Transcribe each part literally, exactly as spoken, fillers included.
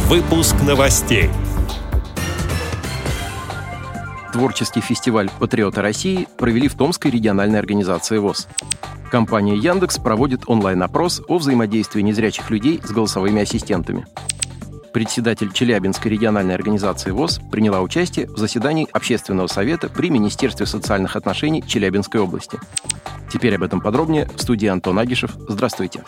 Выпуск новостей. Творческий фестиваль «Патриоты России» провели в Томской региональной организации ВОС. Компания «Яндекс» проводит онлайн-опрос о взаимодействии незрячих людей с голосовыми ассистентами. Председатель Челябинской региональной организации ВОС приняла участие в заседании Общественного совета при Министерстве социальных отношений Челябинской области. Теперь об этом подробнее в студии Антон Агишев. Здравствуйте.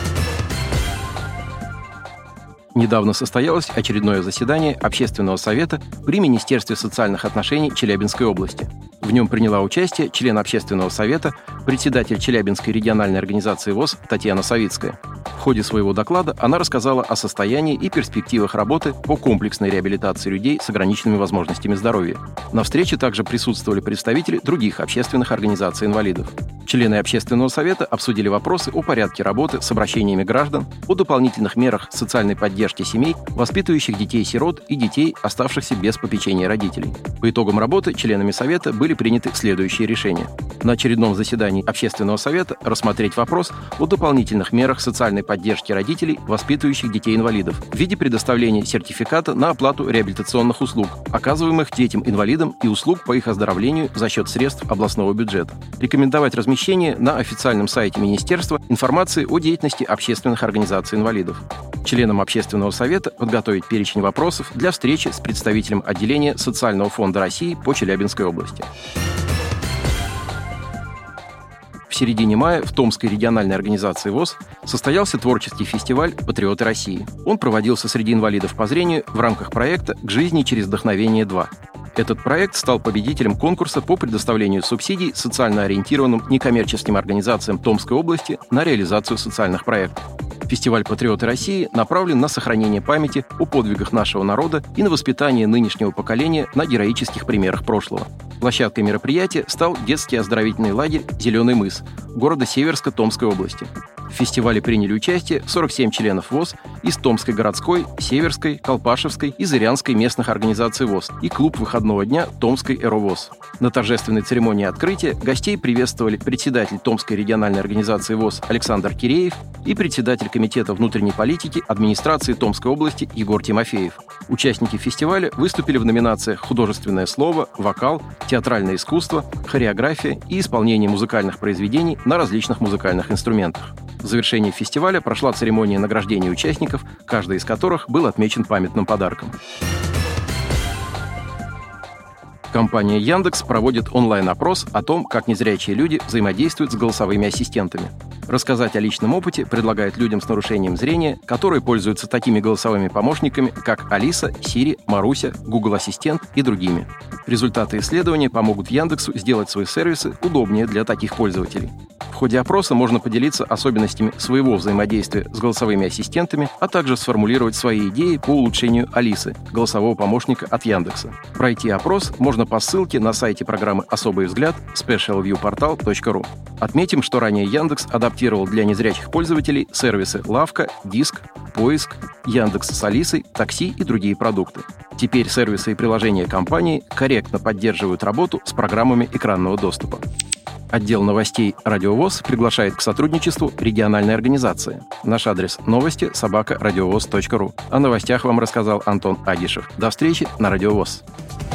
Недавно состоялось очередное заседание Общественного совета при Министерстве социальных отношений Челябинской области. В нем приняла участие член Общественного совета, председатель Челябинской региональной организации ВОС Татьяна Савицкая. В ходе своего доклада она рассказала о состоянии и перспективах работы по комплексной реабилитации людей с ограниченными возможностями здоровья. На встрече также присутствовали представители других общественных организаций инвалидов. Члены Общественного совета обсудили вопросы о порядке работы с обращениями граждан, о дополнительных мерах социальной поддержки семей, воспитывающих детей-сирот и детей, оставшихся без попечения родителей. По итогам работы членами совета были приняты следующие решения. На очередном заседании Общественного совета рассмотреть вопрос о дополнительных мерах социальной поддержки родителей, воспитывающих детей-инвалидов, в виде предоставления сертификата на оплату реабилитационных услуг, оказываемых детям-инвалидам и услуг по их оздоровлению за счет средств областного бюджета. Рекомендовать размещение на официальном сайте Министерства информации о деятельности общественных организаций инвалидов. Членам Общественного совета подготовить перечень вопросов для встречи с представителем отделения Социального фонда России по Челябинской области. В середине мая в Томской региональной организации ВОС состоялся творческий фестиваль «Патриоты России». Он проводился среди инвалидов по зрению в рамках проекта «К жизни через вдохновение-два». Этот проект стал победителем конкурса по предоставлению субсидий социально ориентированным некоммерческим организациям Томской области на реализацию социальных проектов. Фестиваль «Патриоты России» направлен на сохранение памяти о подвигах нашего народа и на воспитание нынешнего поколения на героических примерах прошлого. Площадкой мероприятия стал детский оздоровительный лагерь «Зеленый мыс» города Северска Томской области. В фестивале приняли участие сорок семь членов ВОС из Томской городской, Северской, Колпашевской и Зырянской местных организаций ВОС и клуб выходного дня Томской ЭРО-ВОС. На торжественной церемонии открытия гостей приветствовали председатель Томской региональной организации ВОС Александр Киреев и председатель Комитета внутренней политики администрации Томской области Егор Тимофеев. Участники фестиваля выступили в номинациях «Художественное слово», «Вокал», «Театральное искусство», «Хореография» и исполнение музыкальных произведений на различных музыкальных инструментах. В завершении фестиваля прошла церемония награждения участников, каждый из которых был отмечен памятным подарком. Компания «Яндекс» проводит онлайн-опрос о том, как незрячие люди взаимодействуют с голосовыми ассистентами. Рассказать о личном опыте предлагает людям с нарушением зрения, которые пользуются такими голосовыми помощниками, как Алиса, Сири, Маруся, Google Ассистент и другими. Результаты исследования помогут Яндексу сделать свои сервисы удобнее для таких пользователей. В ходе опроса можно поделиться особенностями своего взаимодействия с голосовыми ассистентами, а также сформулировать свои идеи по улучшению Алисы, голосового помощника от Яндекса. Пройти опрос можно по ссылке на сайте программы «Особый взгляд» спешиал вью портал точка ру. Отметим, что ранее Яндекс адаптировал для незрячих пользователей сервисы «Лавка», «Диск», «Поиск», Яндекс с Алисой, «Такси» и другие продукты. Теперь сервисы и приложения компании корректно поддерживают работу с программами экранного доступа. Отдел новостей «Радио ВОС» приглашает к сотрудничеству региональной организации. Наш адрес – новости собака радиовоз точка ру. О новостях вам рассказал Антон Агишев. До встречи на Радио ВОС.